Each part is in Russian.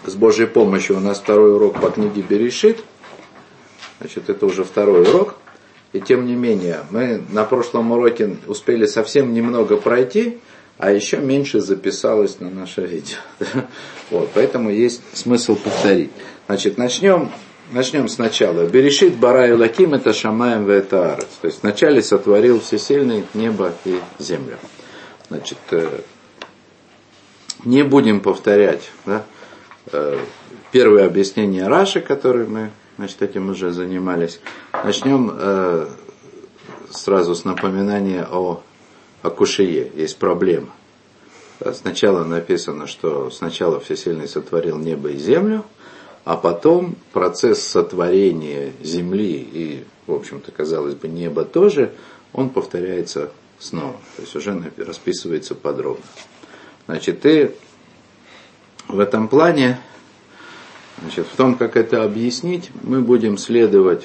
с Божьей помощью у нас второй урок по книге Берешит. Значит, это уже второй урок. И тем не менее, мы на прошлом уроке успели совсем немного пройти, а еще меньше записалось на наше видео. Вот, поэтому есть смысл повторить. Значит, начнем сначала. Берешит бара Элоким это шамаем ве это арец. То есть вначале сотворил всесильный небо и землю. Значит, не будем повторять, да, первое объяснение Раши, которое мы, значит, этим уже занимались. Начнем сразу с напоминания о кушие. Есть проблема. Сначала написано, что сначала Всесильный сотворил небо и землю, а потом процесс сотворения земли и, в общем-то, казалось бы, неба тоже, он повторяется снова. То есть уже расписывается подробно. Значит, и в этом плане, значит, в том, как это объяснить, мы будем следовать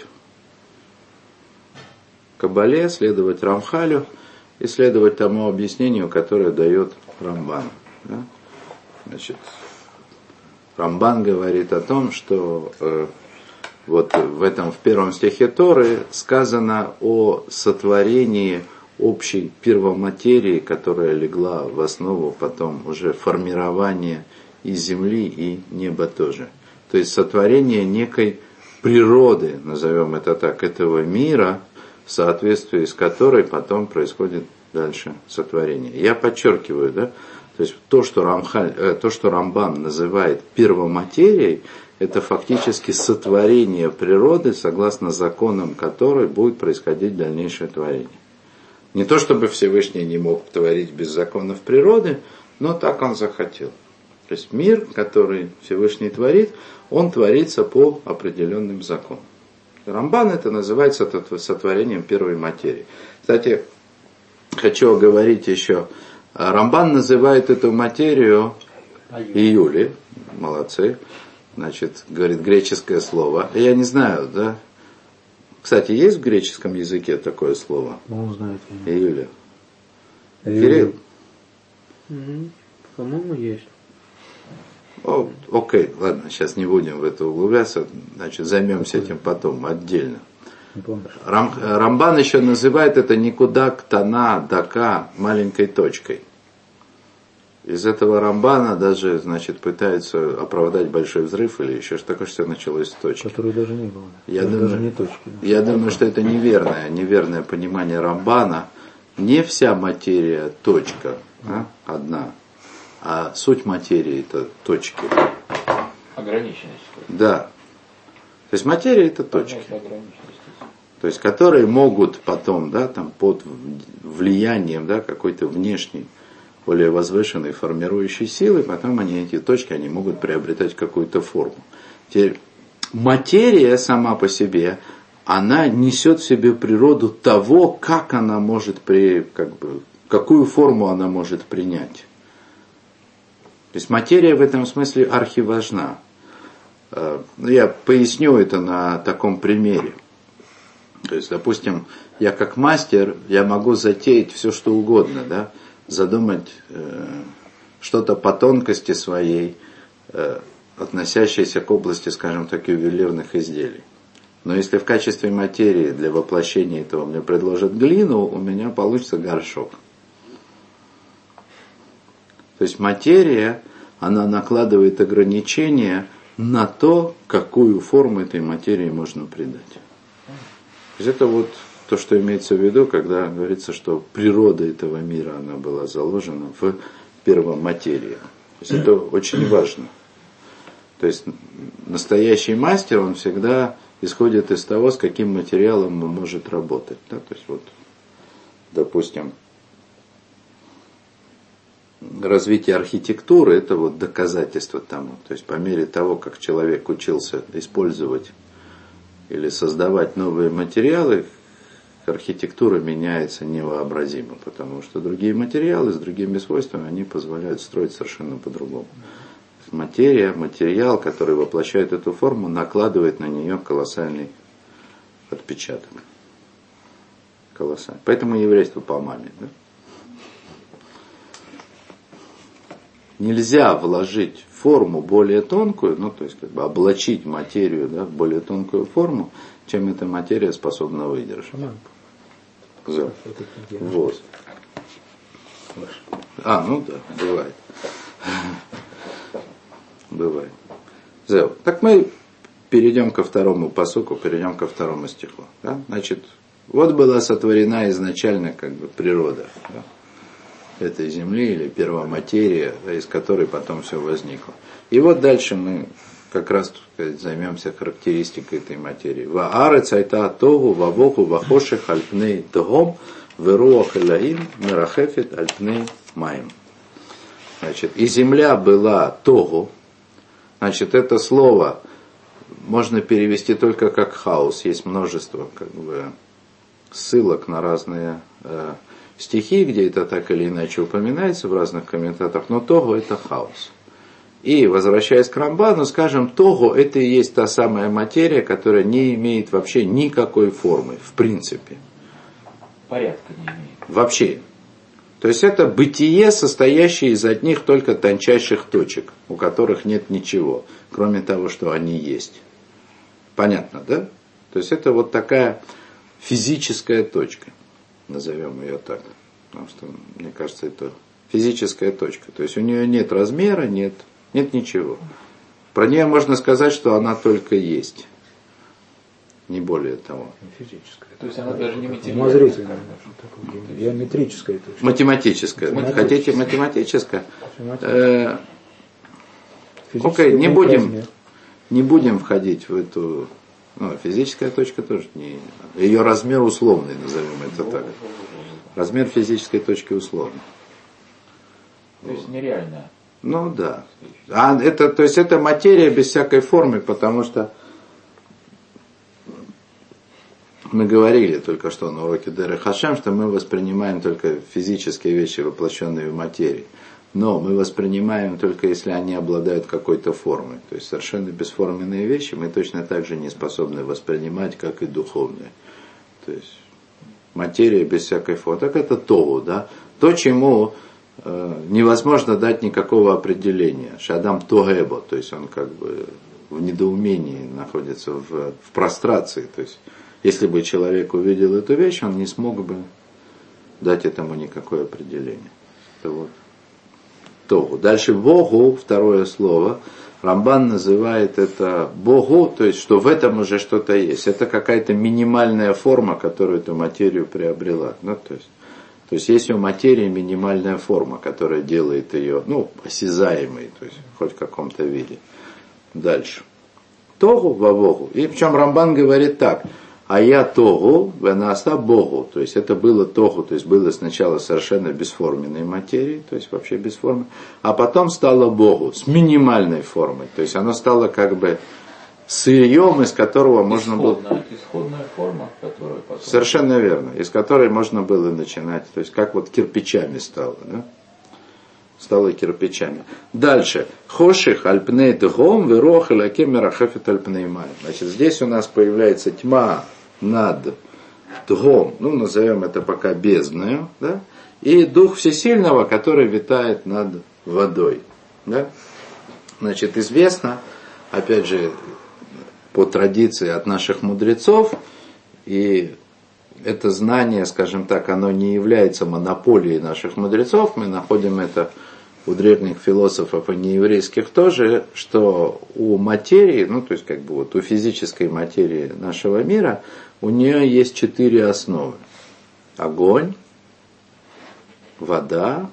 Кабале, следовать Рамхалю и следовать тому объяснению, которое дает Рамбан. Да? Значит, Рамбан говорит о том, что вот в первом стихе Торы сказано о сотворении общей первоматерии, которая легла в основу потом уже формирования и земли, и неба тоже. То есть сотворение некой природы, назовем это так, этого мира, в соответствии с которой потом происходит дальше сотворение. Я подчеркиваю, да, то есть то, что Рамбан называет первоматерией, это фактически сотворение природы, согласно законам которой будет происходить дальнейшее творение. Не то, чтобы Всевышний не мог творить без законов природы, но так он захотел. То есть мир, который Всевышний творит, он творится по определенным законам. Рамбан это называет сотворением первой материи. Кстати, хочу оговорить еще. Рамбан называет эту материю Июли. Молодцы. Значит, говорит греческое слово. Я не знаю, да? Кстати, есть в греческом языке такое слово? Он знает. Июля. Кирилл? По-моему, есть. Окей, ладно, сейчас не будем в это углубляться. Значит, займемся этим потом, отдельно. Рамбан еще называет это никуда ктана, дака, маленькой точкой. Из этого Рамбана даже, значит, пытаются оправдать большой взрыв или еще что такое, что началось с точки. Которой даже не было. Даже не точки. Я думаю, что это неверное понимание Рамбана. Не вся материя точка, одна, а суть материи это точки. Ограниченность. Да. То есть материя это точки. То есть которые могут потом, да, там, под влиянием, да, какой-то внешней, более возвышенной формирующей силы, потом эти точки они могут приобретать какую-то форму. Теперь материя сама по себе, она несет в себе природу того, как она может какую форму она может принять. То есть материя в этом смысле архиважна. Я поясню это на таком примере. То есть, допустим, я как мастер, я могу затеять все, что угодно, да, задумать что-то по тонкости своей, относящееся к области, скажем так, ювелирных изделий. Но если в качестве материи для воплощения этого мне предложат глину, у меня получится горшок. То есть материя, она накладывает ограничения на то, какую форму этой материи можно придать. То есть это вот то, что имеется в виду, когда говорится, что природа этого мира, она была заложена в первоматерии. То есть это очень важно. То есть настоящий мастер, он всегда исходит из того, с каким материалом он может работать. Да? То есть вот, допустим, развитие архитектуры – это вот доказательство тому. То есть по мере того, как человек учился использовать или создавать новые материалы, архитектура меняется невообразимо, потому что другие материалы с другими свойствами, они позволяют строить совершенно по-другому. Материал, который воплощает эту форму, накладывает на нее колоссальный отпечаток. Колоссальный. Поэтому еврейство по маме. Да? Нельзя вложить в форму более тонкую, ну, то есть, как бы облачить материю, да, в более тонкую форму, чем эта материя способна выдержать. Да. Вот. Ну да, бывает. Бывает. Так мы перейдем ко второму пасуку, перейдем ко второму стиху. Да? Значит, вот была сотворена изначально как бы природа, да, этой земли или первоматерия, да, из которой потом все возникло. И вот дальше мы как раз, так сказать, займемся характеристикой этой материи. Ваарец айта тогу вавоху вахоших альпней тогом веруах элаим мерахефет альпней маим. Значит, и земля была тогу. Значит, это слово можно перевести только как хаос. Есть множество как бы ссылок на разные стихи, где это так или иначе упоминается в разных комментаторах, но тогу это хаос. И, возвращаясь к Рамбану, скажем, тогу это и есть та самая материя, которая не имеет вообще никакой формы, в принципе. Порядка не имеет. Вообще. То есть это бытие, состоящее из одних только тончайших точек, у которых нет ничего, кроме того, что они есть. Понятно, да? То есть это вот такая физическая точка, назовем ее так. Потому что, мне кажется, это физическая точка. То есть у нее нет размера, нет ничего. Про нее можно сказать, что она только есть. Не более того. Физическая. То есть она даже не материальная. Умозрительная. Геометрическая точка. Математическая. Хотите математическая? Окей, не будем входить в эту... физическая точка тоже не... Ее размер условный, назовем это так. Размер физической точки условный. То есть нереальная. Ну да. То есть это материя без всякой формы, потому что мы говорили только что на уроке Дерech Хашем, что мы воспринимаем только физические вещи, воплощенные в материи. Но мы воспринимаем только если они обладают какой-то формой. То есть совершенно бесформенные вещи мы точно так же не способны воспринимать, как и духовные. То есть материя без всякой формы. Так это тогу, да? То, чему невозможно дать никакого определения. Шадам тогебо, то есть он как бы в недоумении находится, в прострации. То есть если бы человек увидел эту вещь, он не смог бы дать этому никакое определение. Это вот тогу. Дальше Богу, второе слово, Рамбан называет это Богу, то есть что в этом уже что-то есть. Это какая-то минимальная форма, которую эту материю приобрела. То есть есть у материи минимальная форма, которая делает ее, осязаемой, то есть хоть в каком-то виде. Дальше. Тогу во Богу. И причем Рамбан говорит так. А я тогу, венаста Богу. То есть это было тогу, то есть было сначала совершенно бесформенной материей, то есть вообще бесформенной, а потом стало Богу с минимальной формой. То есть оно стало как бы сырьем, из которого можно было... Исходная форма, которая потом... Совершенно верно, из которой можно было начинать. То есть как вот кирпичами стало, да? Стало кирпичами. Дальше. Хоших альпней тгом верох элаке мерахефет альпней май. Значит, здесь у нас появляется тьма над тгом, назовем это пока бездною, да? И дух всесильного, который витает над водой. Да? Значит, известно, опять же, по традиции от наших мудрецов, и это знание, скажем так, оно не является монополией наших мудрецов, мы находим это у древних философов и нееврейских тоже, что у материи, то есть как бы вот у физической материи нашего мира, у нее есть 4 основы. Огонь, вода,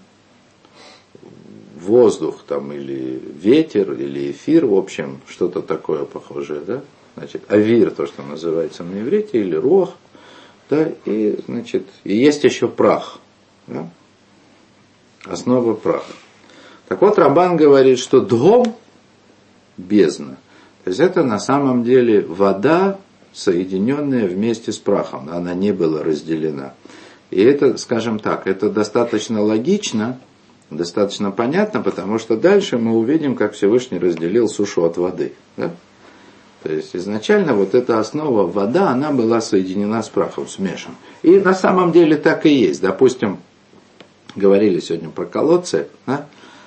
воздух там, или ветер, или эфир, в общем, что-то такое похожее, да? Значит, авир, то, что называется на иврите, или руах, да, и, значит, и есть еще прах, да? Основа праха. Так вот, Рамбан говорит, что дгом, бездна, то есть это на самом деле вода, соединенная вместе с прахом, она не была разделена. И это, скажем так, это достаточно логично, достаточно понятно, потому что дальше мы увидим, как Всевышний разделил сушу от воды. Да? То есть изначально вот эта основа вода, она была соединена с прахом, смешана. И на самом деле так и есть. Допустим, говорили сегодня про колодцы, да?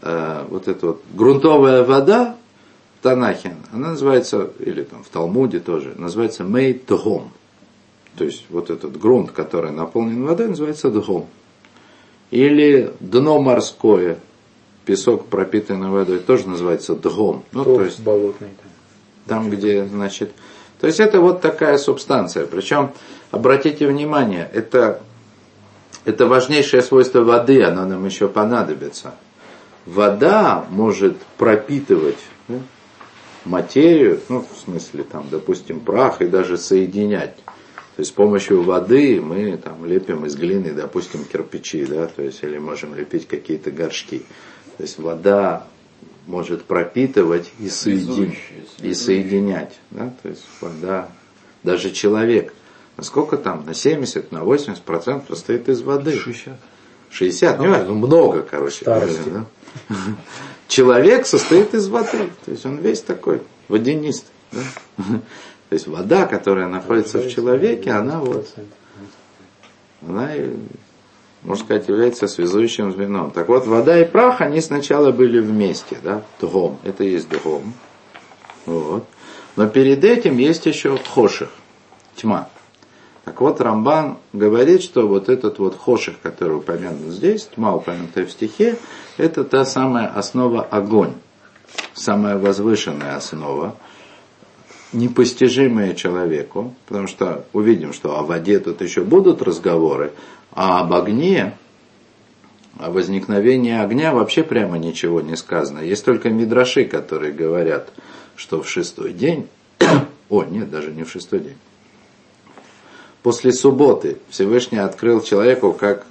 вот эта вот грунтовая вода в Танахе, она называется, или там в Талмуде тоже, называется мей тхом. То есть вот этот грунт, который наполнен водой, называется дхом. Или дно морское, песок, пропитанный водой, тоже называется дхом. Ну, то есть болотный. там, где, значит... То есть это вот такая субстанция. Причем, обратите внимание, это важнейшее свойство воды, оно нам еще понадобится. Вода может пропитывать материю, ну, в смысле, там, допустим, прах, и даже соединять. То есть с помощью воды мы там лепим из глины, допустим, кирпичи, да, то есть, или можем лепить какие-то горшки. То есть вода может пропитывать и соединять. Да? То есть вода, даже человек, насколько там, на 70, на 80% состоит из воды. 60, не важно, много, короче. Да? Человек состоит из воды, то есть он весь такой водянистый. Да? То есть вода, которая находится в человеке, она вот, она, можно сказать, является связующим звеном. Так вот, вода и прах, они сначала были вместе, да, тхом, это и есть дхом. Вот. Но перед этим есть еще хоших, тьма. Так вот, Рамбан говорит, что вот этот вот хоших, который упомянут здесь, тьма, упомянутая в стихе, это та самая основа огонь, самая возвышенная основа, непостижимое человеку, потому что увидим, что о воде тут еще будут разговоры, а об огне, о возникновении огня вообще прямо ничего не сказано. Есть только мидраши, которые говорят, что в 6-й день, даже не в 6-й день, после субботы Всевышний открыл человеку, как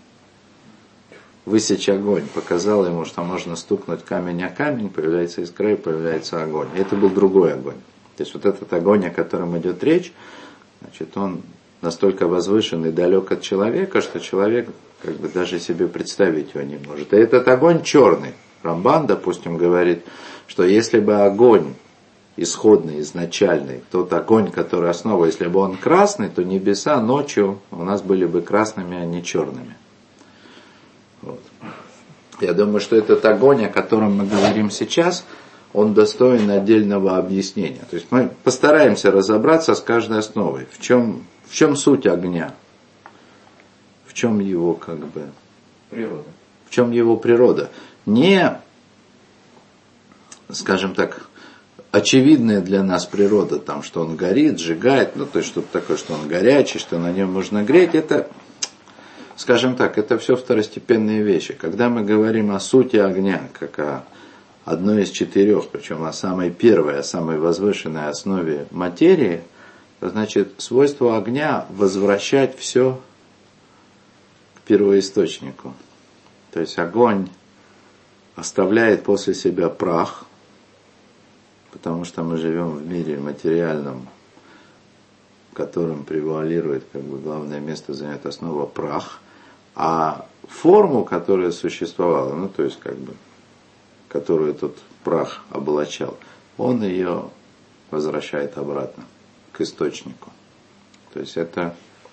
высечь огонь, показал ему, что можно стукнуть камень о камень, появляется искра и появляется огонь. И это был другой огонь. То есть вот этот огонь, о котором идет речь, значит, он настолько возвышен и далек от человека, что человек как бы даже себе представить его не может. И этот огонь черный. Рамбан, допустим, говорит, что если бы огонь исходный, изначальный, тот огонь, который основа, если бы он красный, то небеса ночью у нас были бы красными, а не черными. Вот. Я думаю, что этот огонь, о котором мы говорим сейчас, он достоин отдельного объяснения. То есть мы постараемся разобраться с каждой основой. В чем суть огня? В чем его как бы природа? В чем его природа? Не, скажем так, очевидная для нас природа, там, что он горит, сжигает, ну, то есть что-то такое, что он горячий, что на нем можно греть, это, скажем так, это все второстепенные вещи. Когда мы говорим о сути огня, как о одной из 4, причем о самой первой, о самой возвышенной основе материи, значит, свойство огня возвращать все к первоисточнику. То есть огонь оставляет после себя прах, потому что мы живем в мире материальном, в котором превалирует, как бы, главное место занимает основа прах, а форму, которая существовала, ну, то есть, как бы, которую этот прах облачал, он ее возвращает обратно к источнику. То есть это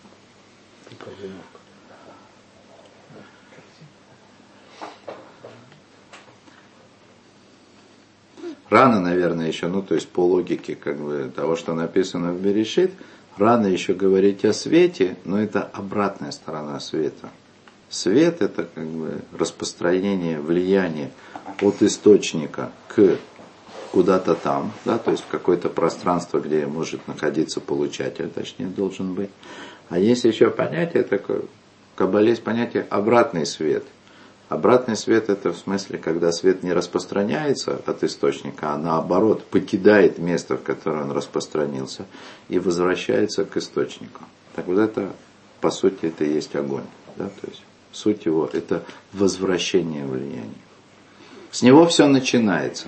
рано, наверное, еще, ну, то есть по логике, как бы, того, что написано в Берешит, рано еще говорить о свете, но это обратная сторона света. Свет – это как бы распространение влияния от источника к куда-то там, да, то есть в какое-то пространство, где может находиться получатель, точнее, должен быть. А есть еще понятие такое, в Кабале есть понятие обратный свет. Обратный свет – это в смысле, когда свет не распространяется от источника, а наоборот покидает место, в которое он распространился, и возвращается к источнику. Так вот это, по сути, это и есть огонь. Да? То есть суть его – это возвращение влияния. С него все начинается.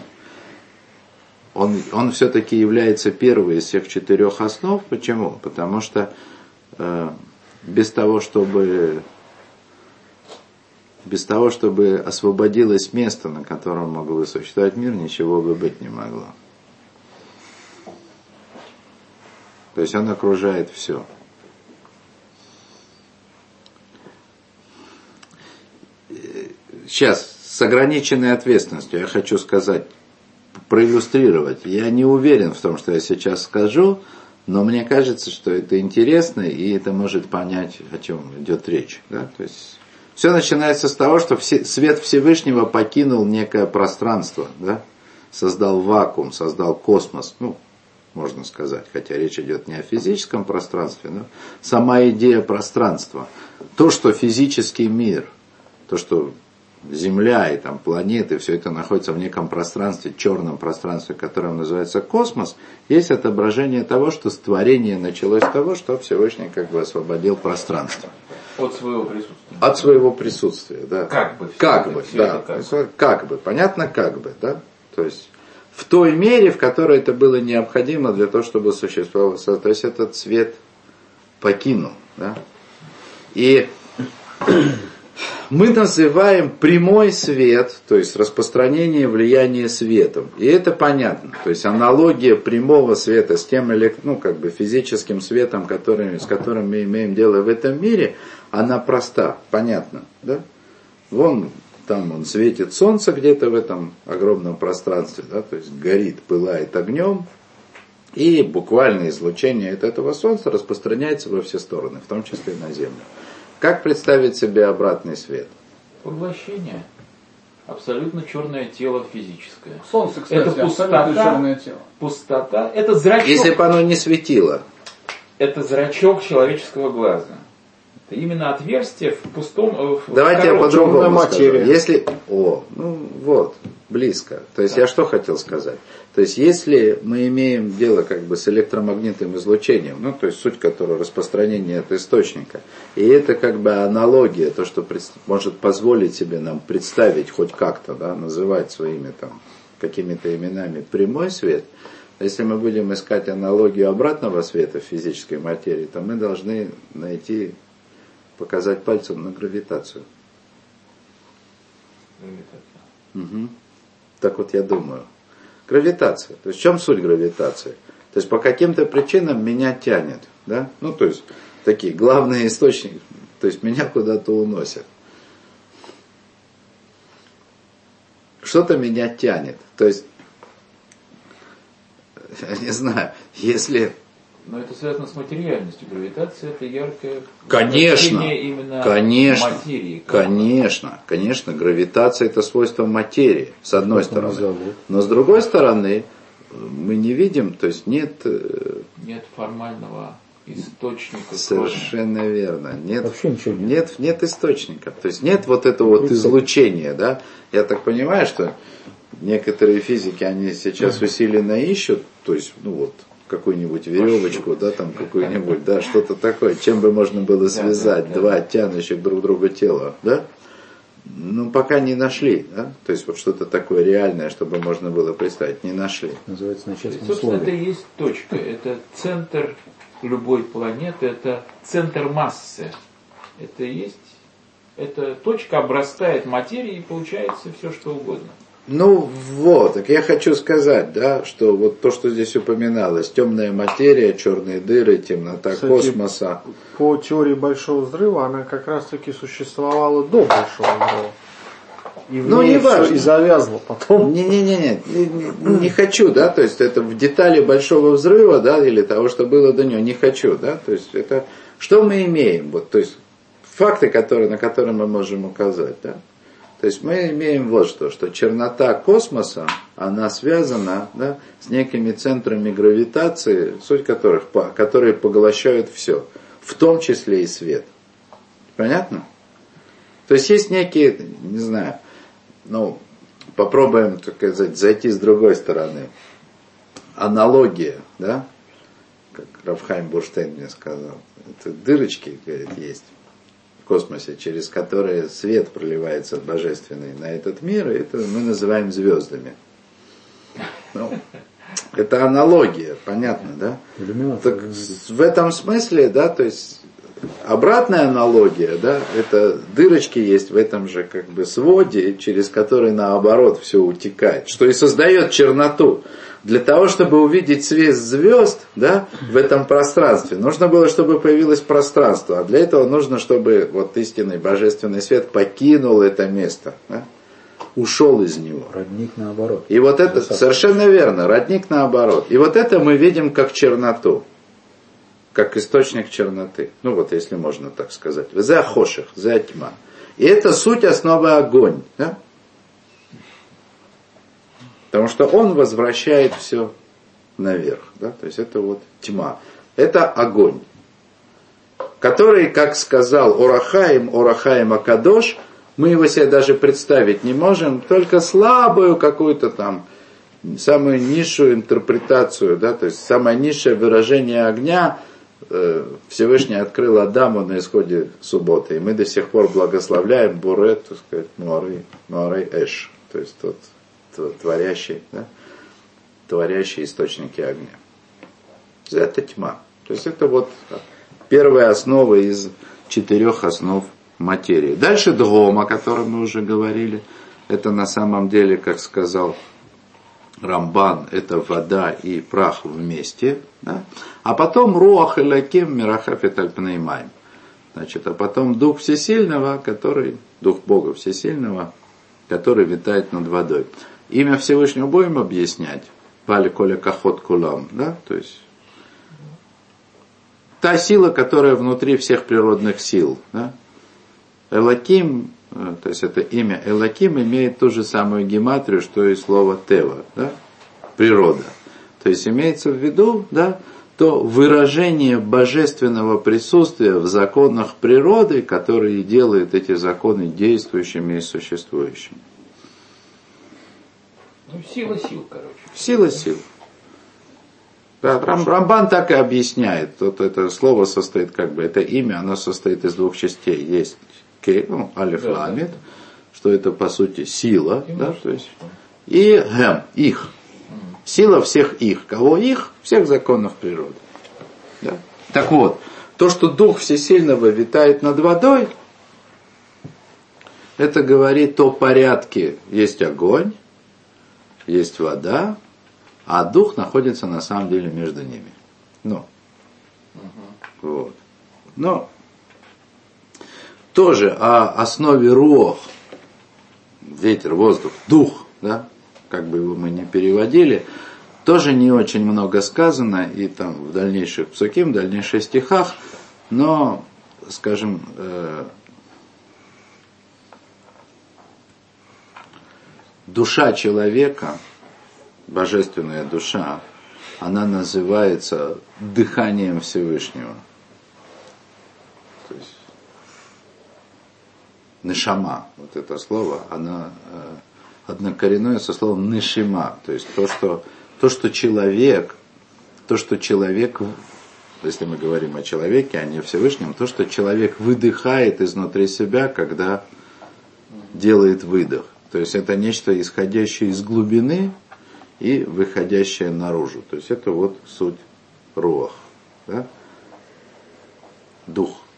Он все-таки является первой из всех 4 основ. Почему? Потому что без того, чтобы освободилось место, на котором мог бы существовать мир, ничего бы быть не могло. То есть он окружает все. Сейчас с ограниченной ответственностью, я хочу сказать, проиллюстрировать. Я не уверен в том, что я сейчас скажу, но мне кажется, что это интересно, и это может понять, о чем идет речь. Да? То есть все начинается с того, что свет Всевышнего покинул некое пространство, да? Создал вакуум, создал космос, можно сказать, хотя речь идет не о физическом пространстве, но сама идея пространства. То, что физический мир, то, что Земля и там планеты, все это находится в неком пространстве, черном пространстве, которое называется космос, есть отображение того, что творение началось с того, что Всевышний как бы освободил пространство. От своего присутствия. От своего присутствия, да. Как бы. Как бы. Понятно, как бы, да. То есть в той мере, в которой это было необходимо для того, чтобы существовало. То есть этот свет покинул, да. И мы называем прямой свет, то есть распространение влияния светом. И это понятно. То есть аналогия прямого света с тем физическим светом, с которым мы имеем дело в этом мире, она проста, понятна. Да? Там он светит солнце где-то в этом огромном пространстве, да? То есть горит, пылает огнем. И буквальное излучение от этого солнца распространяется во все стороны, в том числе и на Землю. Как представить себе обратный свет? Поглощение. Абсолютно черное тело физическое. Солнце, кстати, это пустота, черное тело. Пустота. Это зрачок. Если бы оно не светило. Это зрачок человеческого глаза. Это именно отверстие в пустом... Давайте я по-другому скажу. Материя. Близко. То есть я что хотел сказать? То есть если мы имеем дело как бы с электромагнитным излучением, то есть суть которого распространение от источника, и это как бы аналогия, то, что может позволить себе нам представить хоть как-то, да, называть своими там какими-то именами прямой свет, если мы будем искать аналогию обратного света в физической материи, то мы должны показать пальцем на гравитацию. Угу. Так вот я думаю. Гравитация. То есть в чем суть гравитации? То есть по каким-то причинам меня тянет. Да? То есть такие главные источники. То есть меня куда-то уносят. Что-то меня тянет. То есть, я не знаю, если... Но это связано с материальностью. Гравитация – это яркое именно материи. Конечно, гравитация – это свойство материи, с одной стороны. Но с другой стороны, мы не видим, то есть нет формального источника. Совершенно верно. Вообще ничего нет. Нет источника. То есть нет вот этого излучения. Да? Я так понимаю, что некоторые физики, они сейчас усиленно ищут, то есть, какую-нибудь веревочку, да, там какую-нибудь, да, что-то такое, чем бы можно было связать два тянущих друг друга тела, да? Пока не нашли, да? То есть вот что-то такое реальное, чтобы можно было представить, не нашли. Называется на честном Собственно, слове. это и есть точка, это центр любой планеты, это центр массы. Это и есть, эта точка обрастает материей и получается все, что угодно. Так я хочу сказать, да, что вот то, что здесь упоминалось, темная материя, черные дыры, темнота космоса. По теории Большого Взрыва она как раз таки существовала до Большого Взрыва. И в ней все и завязло потом. Не хочу, да, то есть это в детали Большого Взрыва, да, или того, что было до него, не хочу, да, то есть это, что мы имеем, то есть факты, на которые мы можем указать, да. То есть мы имеем вот что чернота космоса, она связана, да, с некими центрами гравитации, суть которых, которые поглощают все, в том числе и свет. Понятно? То есть есть некие, не знаю, попробуем, так сказать, зайти с другой стороны. Аналогия, да, как Рав Хаим Бурштейн мне сказал, это дырочки, говорит, есть в космосе, через которые свет проливается божественный на этот мир, и это мы называем звездами. Это аналогия, понятно, да? Так в этом смысле, да, то есть обратная аналогия, да, это дырочки есть в этом же как бы своде, через который наоборот все утекает, что и создает черноту. Для того, чтобы увидеть свет звезд, да, в этом пространстве, нужно было, чтобы появилось пространство. А для этого нужно, чтобы вот истинный божественный свет покинул это место. Да? ушел из него. Родник наоборот. И вот это, совершенно верно, родник наоборот. И вот это мы видим как черноту, как источник черноты. Ну вот, если можно так сказать. За хоших, за тьма. И это суть основы огонь. Да? Потому что он возвращает все наверх. Да? То есть это вот тьма. Это огонь, который, как сказал Орахаим Акадош, мы его себе даже представить не можем, только слабую какую-то там, самую низшую интерпретацию, да, то есть самое низшее выражение огня Всевышний открыл Адаму на исходе субботы. И мы до сих пор благословляем Бурет, так сказать, Нуарей Эш, то есть тот творящий, да, творящий источники огня. Это тьма. То есть это вот первая основа из 4 основ материи. Дальше Дгом, о котором мы уже говорили. Это на самом деле, как сказал Рамбан, это вода и прах вместе. Да? А потом Руах Элоким Мирахафет Альпнеймайм. Значит, а потом Дух Всесильного, Дух Бога Всесильного, который витает над водой. Имя Всевышнего будем объяснять. Вали Коля Кахот Кулам. Да? То есть та сила, которая внутри всех природных сил. Да? Элоким, то есть это имя Элоким имеет ту же самую гематрию, что и слово Тева, да? Природа. То есть имеется в виду, да, то выражение божественного присутствия в законах природы, которые делают эти законы действующими и существующими. Ну, сила сил, короче. Сила сил. Да, Рамбан так и объясняет. Вот это слово состоит, как бы, это имя, оно состоит из 2 частей. Есть алиф ламид, что это по сути сила, да, то есть, и гэм, их. Сила всех их. Кого их? Всех законов природы. Да? Так вот, то, что Дух Всесильного витает над водой, это говорит о порядке. Есть огонь, есть вода, а Дух находится на самом деле между ними. Вот. Но тоже о основе руах, ветер, воздух, дух, да, как бы его мы ни переводили, тоже не очень много сказано, и там в дальнейших псуким, в дальнейших стихах, но, скажем, душа человека, божественная душа, она называется дыханием Всевышнего. То есть нешама, вот это слово, оно однокоренное со словом нешима, то есть то, что человек, если мы говорим о человеке, а не о Всевышнем, то, что человек выдыхает изнутри себя, когда делает выдох. То есть это нечто исходящее из глубины и выходящее наружу. То есть это вот суть руах, да? Дух.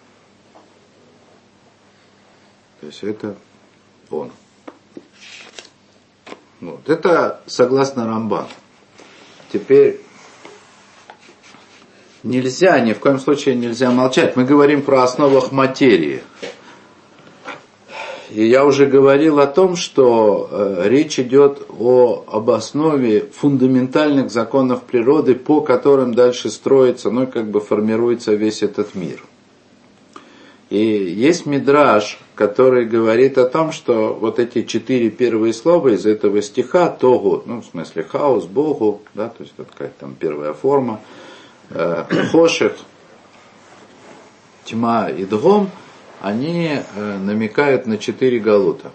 То есть это он. Вот. Это согласно Рамбану. Теперь нельзя, ни в коем случае нельзя молчать. Мы говорим про основах материи. И я уже говорил о том, что речь идет об основе фундаментальных законов природы, по которым дальше строится, формируется весь этот мир. И есть мидраш, который говорит о том, что вот эти 4 первые слова из этого стиха, тогу, в смысле хаос, Богу, да, то есть какая-то там первая форма, хоших, тьма и дгом, они намекают на 4 галута.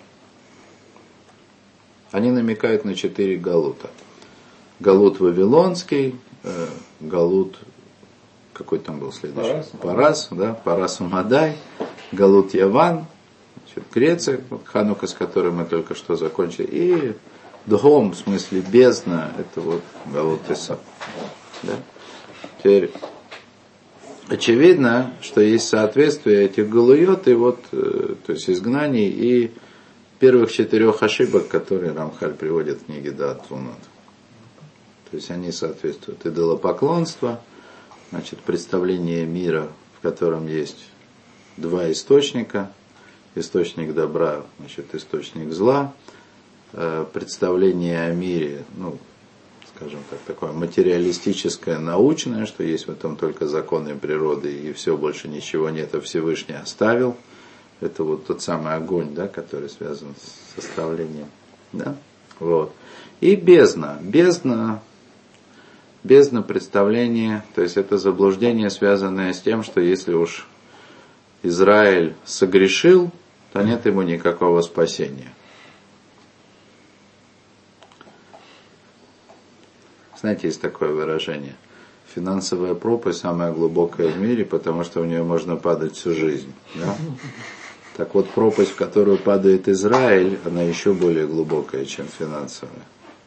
Они намекают на 4 галута. Галут Вавилонский, галут, какой там был следующий? Парас, да, Парас Умадай, галут Яван, Греция, Ханука, с которой мы только что закончили, и Дгом, в смысле бездна, это вот галут Иса. Да? Теперь очевидно, что есть соответствие этих галуйот, и вот, то есть изгнаний, и первых 4 ошибок, которые Рамхаль приводит в книге Даат Твунот. То есть они соответствуют идолопоклонство, значит, представление мира, в котором есть 2 источника, источник добра, значит, источник зла, представление о мире, ну, скажем так, такое материалистическое, научное, что есть в этом только законы природы и все, больше ничего нет, а Всевышний оставил. Это вот тот самый огонь, да, который связан с составлением. Да? Вот. И бездна. Бездна представление, то есть это заблуждение, связанное с тем, что если уж Израиль согрешил, то нет ему никакого спасения. Знаете, есть такое выражение. Финансовая пропасть самая глубокая в мире, потому что в нее можно падать всю жизнь. Да? Так вот, пропасть, в которую падает Израиль, она еще более глубокая, чем финансовая.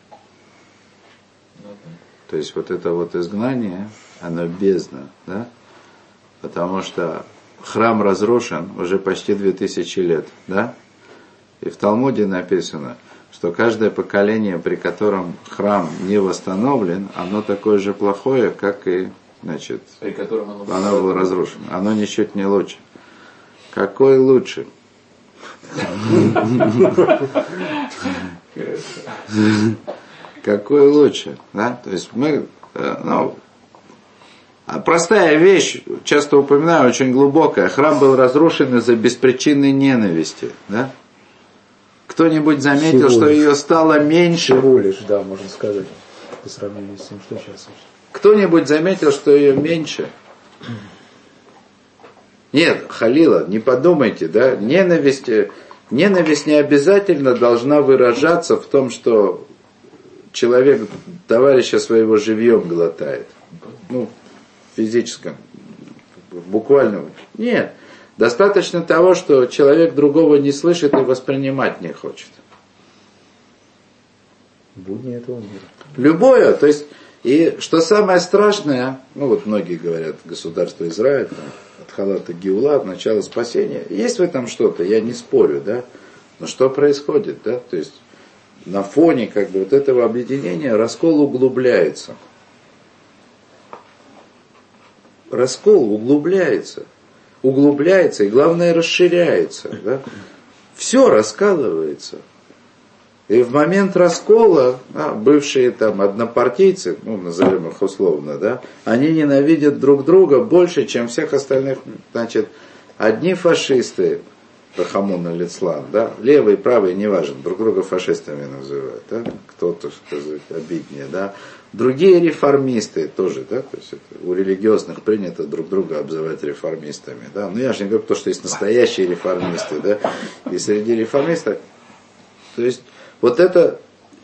То есть вот это вот изгнание, оно бездна, да? Потому что храм разрушен уже почти 2000 лет, да? И в Талмуде написано, что каждое поколение, при котором храм не восстановлен, оно такое же плохое, как и, значит, при котором оно было разрушено. Оно ничуть не лучше. Какой лучше? Какой лучше? Да? То есть мы, простая вещь, часто упоминаю, очень глубокая. Храм был разрушен из-за беспричинной ненависти. Да? Кто-нибудь заметил, что ее стало меньше? Всего лишь, да, можно сказать, по сравнению с тем, что сейчас. Кто-нибудь заметил, что ее меньше? Нет, халила, не подумайте, да, ненависть не обязательно должна выражаться в том, что человек товарища своего живьем глотает. Ну, в физическом, буквально. Нет. Достаточно того, что человек другого не слышит и воспринимать не хочет. Будни этого мира. Любое, то есть, и что самое страшное, ну вот многие говорят, государство Израиль, там, от халата Геула, от начала спасения, есть в этом что-то, я не спорю, да, но что происходит, да, то есть, на фоне как бы вот этого объединения раскол углубляется. Раскол углубляется и, главное, расширяется. Да? Все раскалывается. И в момент раскола бывшие там однопартийцы, ну, назовем их условно, да, они ненавидят друг друга больше, чем всех остальных. Значит, одни фашисты, Рахамон аль-Ислам, да, левый и правый, неважно, друг друга фашистами называют, да, кто-то, сказать, обиднее, да. Другие реформисты тоже, да, то есть это, у религиозных принято друг друга обзывать реформистами, да. Но я же не говорю, что есть настоящие реформисты, да, и среди реформистов, то есть вот это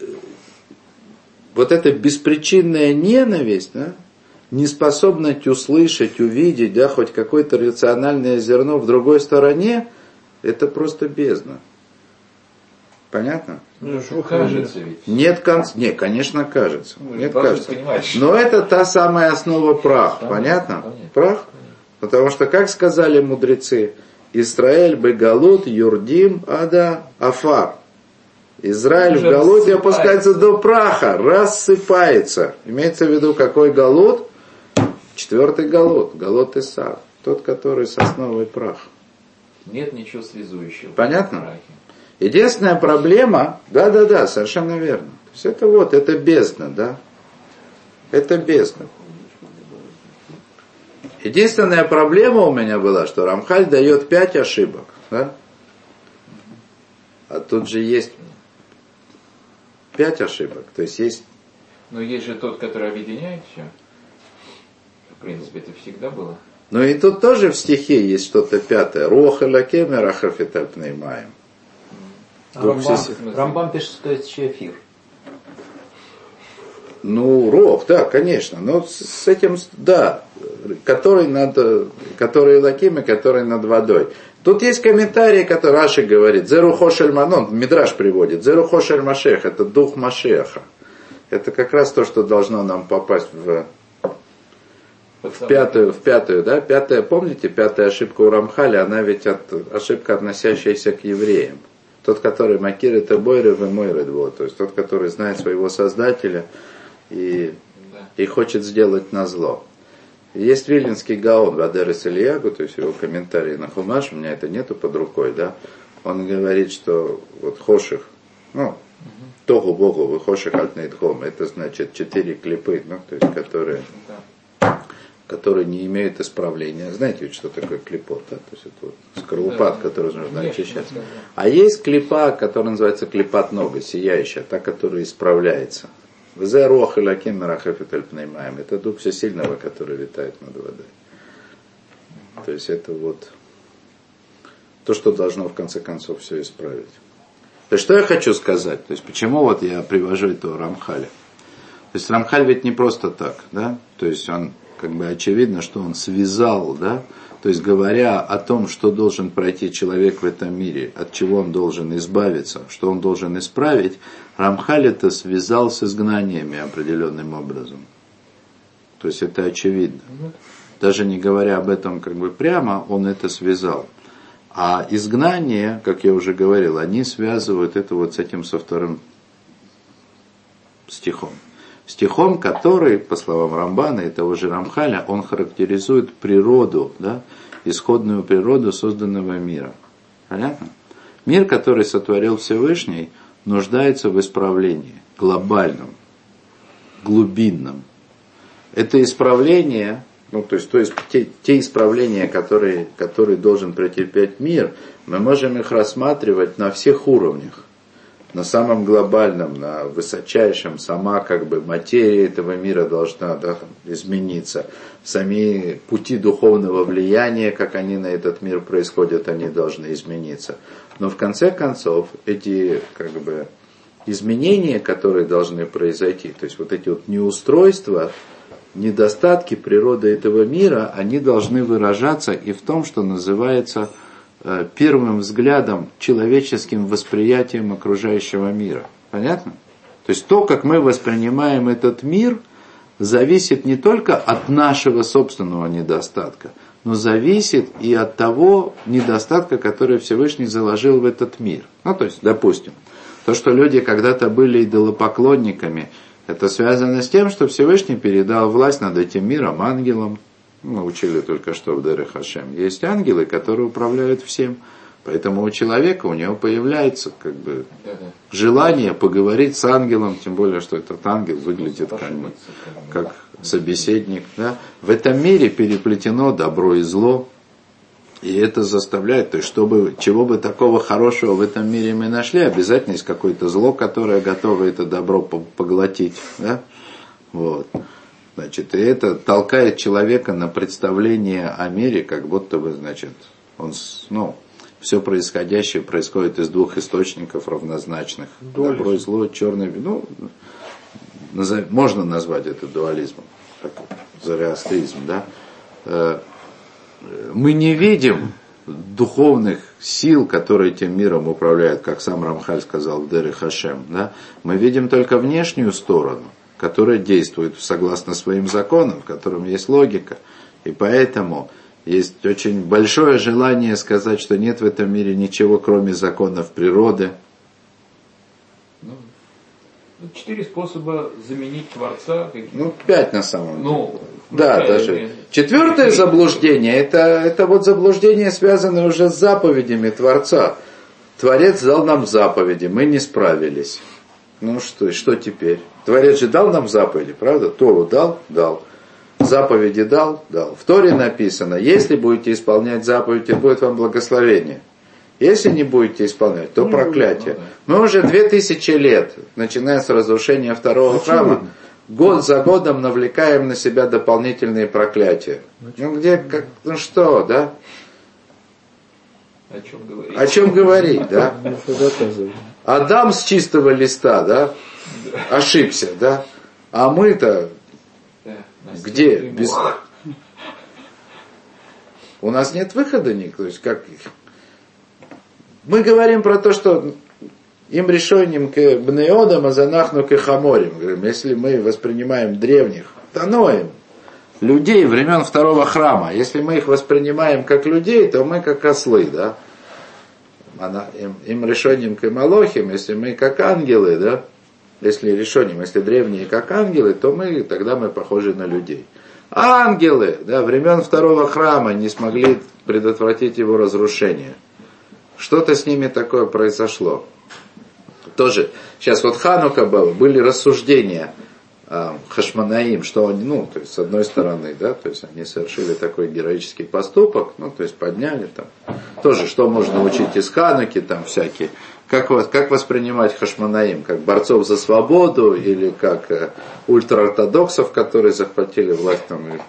беспричинная ненависть, да, неспособность услышать, увидеть, да, хоть какое-то рациональное зерно в другой стороне, это просто бездна. Понятно? Ну, кажется ведь. Нет, конечно, кажется. Нет, кажется. Понимать, но это та самая основа прах. Понятно? Прах? Потому что, как сказали мудрецы, Исраэль бегалут юрдим ада афар. Израиль в галуте опускается до праха, рассыпается. Имеется в виду, какой галут? 4-й галут. Галут Исав. Тот, который сосновый прах. Нет ничего связующего. Понятно? Единственная проблема, да, совершенно верно. То есть это бездна, да. Это бездна. Единственная проблема у меня была, что Рамхаль дает 5 ошибок, да. А тут же есть 5 ошибок. То есть есть... Но есть же тот, который объединяет все. В принципе, это всегда было. Ну и тут тоже в стихе есть что-то 5. Роха лакеме рахафитальпней маем. Рамбам пишет, что это еще эфир. Ну, рох, да, конечно. Но с этим, да, который лаким и который над водой. Тут есть комментарий, который Раши говорит. Зерухошель Манон, Мидраш приводит. Зерухошель Машех, это дух Машеха. Это как раз то, что должно нам попасть в пятую, да? Пятая, помните, 5-я ошибка у Рамхаля, она ведь ошибка, относящаяся к евреям. Тот, который макир это бойры в мойры дво, то есть тот, который знает своего Создателя и хочет сделать назло. Есть Вильнинский Гаон Вадерес Ильягу, то есть его комментарий на Хумаш, у меня это нету под рукой, да. Он говорит, что вот Хоших, Тогу Богу, вы Хоших Альтнейтхом, это значит 4 клипы, то есть которые не имеют исправления. Знаете, что такое клипот, да? То есть это вот скорлупа, которую нужно очищать. А есть клипа, которая называется клипат нога, сияющая, та, которая исправляется. Это дух всесильного, который витает над водой. То есть это вот то, что должно в конце концов все исправить. То есть что я хочу сказать? То есть почему вот я привожу этого Рамхаля? То есть Рамхаль ведь не просто так, да? То есть он, как бы очевидно, что он связал, да? То есть говоря о том, что должен пройти человек в этом мире, от чего он должен избавиться, что он должен исправить, Рамхаль это связал с изгнаниями определенным образом. То есть это очевидно. Даже не говоря об этом как бы прямо, он это связал. А изгнания, как я уже говорил, они связывают это вот с этим со вторым стихом. Стихом, который, по словам Рамбана и того же Рамхаля, он характеризует природу, да, исходную природу созданного мира. Понятно? Мир, который сотворил Всевышний, нуждается в исправлении глобальном, глубинном. Это исправление, то есть те исправления, которые должен претерпеть мир, мы можем их рассматривать на всех уровнях. На самом глобальном, на высочайшем, сама как бы материя этого мира должна измениться. Сами пути духовного влияния, как они на этот мир происходят, они должны измениться. Но в конце концов, эти как бы изменения, которые должны произойти, то есть вот эти вот неустройства, недостатки природы этого мира, они должны выражаться и в том, что называется первым взглядом, человеческим восприятием окружающего мира. Понятно? То есть то, как мы воспринимаем этот мир, зависит не только от нашего собственного недостатка, но зависит и от того недостатка, который Всевышний заложил в этот мир. То есть, допустим, то, что люди когда-то были идолопоклонниками, это связано с тем, что Всевышний передал власть над этим миром ангелам. Мы учили только что в Дере Хашем. Есть ангелы, которые управляют всем. Поэтому у человека, у него появляется как бы желание поговорить с ангелом, тем более, что этот ангел выглядит как собеседник. Да? В этом мире переплетено добро и зло. И это заставляет, то есть, чего бы такого хорошего в этом мире мы нашли, обязательно есть какое-то зло, которое готово это добро поглотить. Да? Вот. Значит, и это толкает человека на представление о мире, как будто бы, значит, все происходящее происходит из двух источников равнозначных. Дуализм. Добро и зло, черное, можно назвать это дуализмом, зороастризм, да. Мы не видим духовных сил, которые этим миром управляют, как сам Рамхаль сказал в Дере Хашем, да. Мы видим только внешнюю сторону, которая действует согласно своим законам, в котором есть логика. И поэтому есть очень большое желание сказать, что нет в этом мире ничего, кроме законов природы. 4 способа заменить Творца. 5 на самом деле. Даже. 4 заблуждение, это вот заблуждение, связанное уже с заповедями Творца. Творец дал нам заповеди, мы не справились. Что теперь? Творец же дал нам заповеди, правда? Тору дал? Дал. Заповеди дал? Дал. В Торе написано, если будете исполнять заповеди, будет вам благословение. Если не будете исполнять, то проклятие. Мы уже 2000 лет, начиная с разрушения второго храма, год за годом навлекаем на себя дополнительные проклятия. Что, да? О чем говорить, да? Адам с чистого листа, да? Ошибся, да? А мы-то где? У нас нет выхода никакого. Мы говорим про то, что им решением к бнеодам, а занахну к хаморим. Говорим, если мы воспринимаем древних, таноим, людей времен второго храма, если мы их воспринимаем как людей, то мы как ослы, да? Им решением к малохим, если мы как ангелы, да? Если древние как ангелы, то тогда мы похожи на людей. Ангелы, да, времен второго храма не смогли предотвратить его разрушение. Что-то с ними такое произошло. Тоже, сейчас вот Ханука было, были рассуждения Хашмонаим, что они, ну, то есть, с одной стороны, да, то есть, они совершили такой героический поступок, ну, то есть, подняли там, тоже, что можно учить из Хануки, там, всякие, как воспринимать Хашмонаим, как борцов за свободу, или как ультраортодоксов, которые захватили власть, там, и,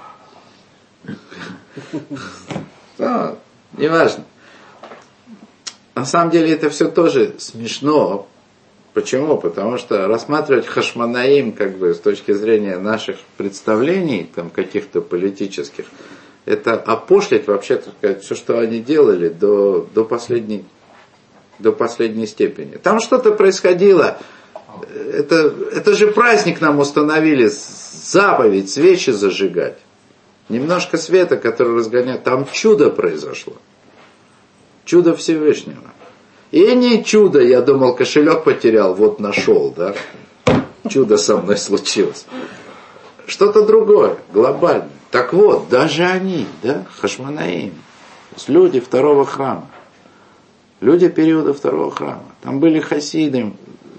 значит, неважно. На самом деле это все тоже смешно. Почему? Потому что рассматривать Хашмонаим как бы с точки зрения наших представлений, там, каких-то политических, это опошлить вообще, так сказать, все, что они делали до последней степени. Там что-то происходило. Это же праздник нам установили, заповедь, свечи зажигать. Немножко света, который разгоняет. Там чудо произошло. Чудо Всевышнего. И не чудо, я думал, кошелек потерял, вот нашел, да. Чудо со мной случилось. Что-то другое, глобальное. Так вот, даже они, да, Хашмонаим, то есть люди второго храма, люди периода второго храма, там были хасиды,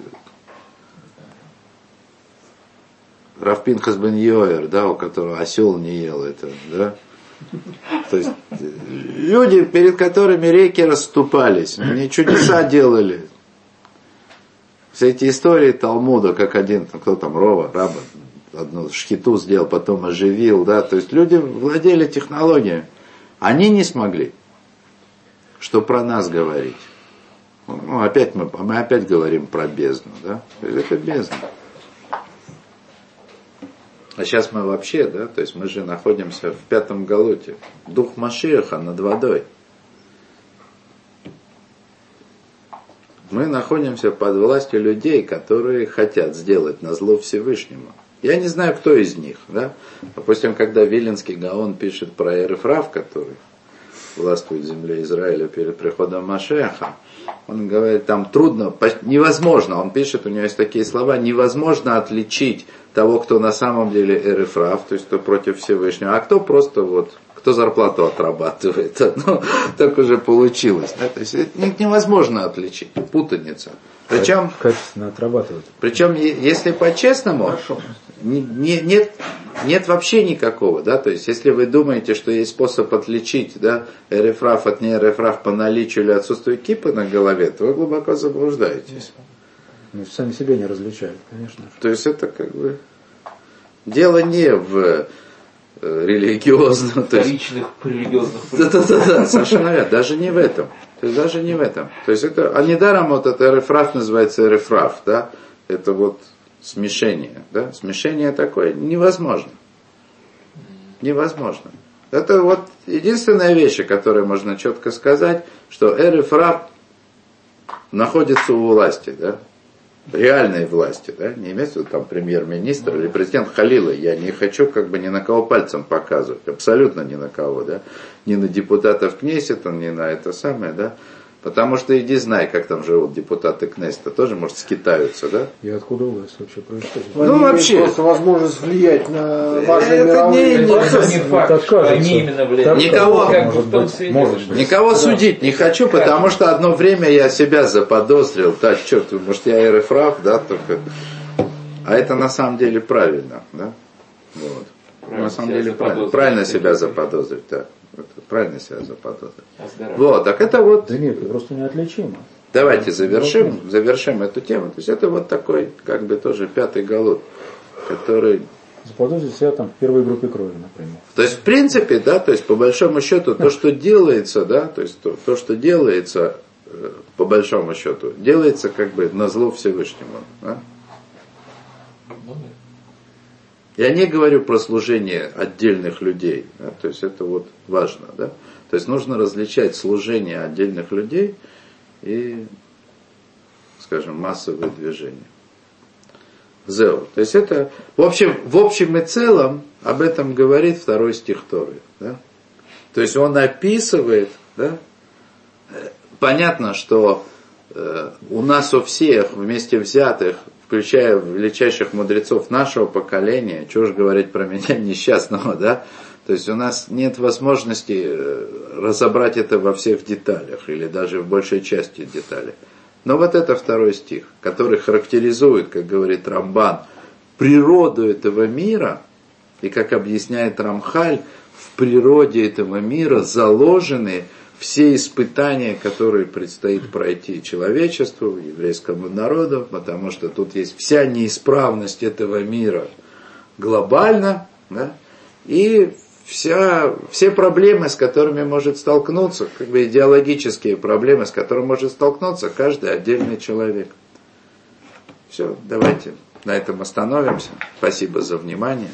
Рав Пинхас бен Йоэр, да, у которого осел не ел это, да. То есть люди, перед которыми реки расступались, они чудеса делали. Все эти истории Талмуда, как один, кто там, Раба, одну шхиту сделал, потом оживил, да, то есть люди владели технологиями. Они не смогли. Что про нас говорить? Ну, опять мы опять говорим про бездну, да, то есть это бездна. А сейчас мы вообще, да, то есть мы же находимся в 5 галуте. Дух Машиаха над водой. Мы находимся под властью людей, которые хотят сделать назло Всевышнему. Я не знаю, кто из них, да. Допустим, когда Виленский Гаон пишет про Эр-Эфрав, который властвует в земле Израиля перед приходом Машиаха, он говорит, там трудно, невозможно, он пишет, у него есть такие слова, невозможно отличить того, кто на самом деле Эр-Эфрав, то есть кто против Всевышнего, а кто просто вот, кто зарплату отрабатывает. Ну, так уже получилось. Да? То есть это невозможно отличить, путаница. Причем, качественно отрабатывают. Причем, если по-честному, нет вообще никакого, да, то есть если вы думаете, что есть способ отличить, да, Эр-Эфрав от не Эр-Эфрав по наличию или отсутствию кипы на голове, то вы глубоко заблуждаетесь. Ну, сами себя не различают, конечно. То есть это как бы дело не в религиозном, вторичных религиозных. Да, совершенно верно, даже не в этом. То есть даже не в этом. То есть это, а недаром вот это Эр-Эфрав называется Эр-Эфрав, да, это вот смешение, да, смешение такое невозможно. Невозможно. Это вот единственная вещь, о которой можно четко сказать, что Эр-Эфрав находится у власти, да, реальной власти, да, не имеется в виду там премьер-министр или президент Халила, я не хочу как бы ни на кого пальцем показывать, абсолютно ни на кого, да, ни на депутатов Кнессета, ни на это самое, да, потому что иди знай, как там живут депутаты Кнессета, тоже, может, скитаются, да. И откуда власть вообще происходит? Ну, вообще. Просто возможность влиять на важные мировые процессы. Не факт, что они именно влияют. Никого судить не хочу, потому что одно время я себя заподозрил, так, черт, может, я Эр-Эфрав, да, только. А это на самом деле правильно, да. Вот. На самом деле правильно себя заподозрить, да. Правильно себя заподозрить. Вот, так это вот. Да нет, просто неотличимо. Давайте завершим эту тему. То есть это вот такой, как бы тоже 5 галут, который. Заподозрить себя там в первой группе крови, например. То есть, в принципе, да, то есть, по большому счету, то, что делается, да, то есть, то, что делается, по большому счету, делается как бы на зло Всевышнему. Да? Я не говорю про служение отдельных людей, да, то есть это вот важно, да. То есть нужно различать служение отдельных людей и, скажем, массовые движения. Зеу. То есть это, в общем и целом, об этом говорит 2 стих Торы. Да? То есть он описывает, да? Понятно, что у нас у всех вместе взятых в включая величайших мудрецов нашего поколения, чего же говорить про меня несчастного, да? То есть у нас нет возможности разобрать это во всех деталях, или даже в большей части деталей. Но вот это 2 стих, который характеризует, как говорит Рамбан, природу этого мира, и как объясняет Рамхаль, в природе этого мира заложены все испытания, которые предстоит пройти человечеству, еврейскому народу, потому что тут есть вся неисправность этого мира глобально, да, и все проблемы, с которыми может столкнуться, как бы идеологические проблемы, с которыми может столкнуться каждый отдельный человек. Все, давайте на этом остановимся. Спасибо за внимание.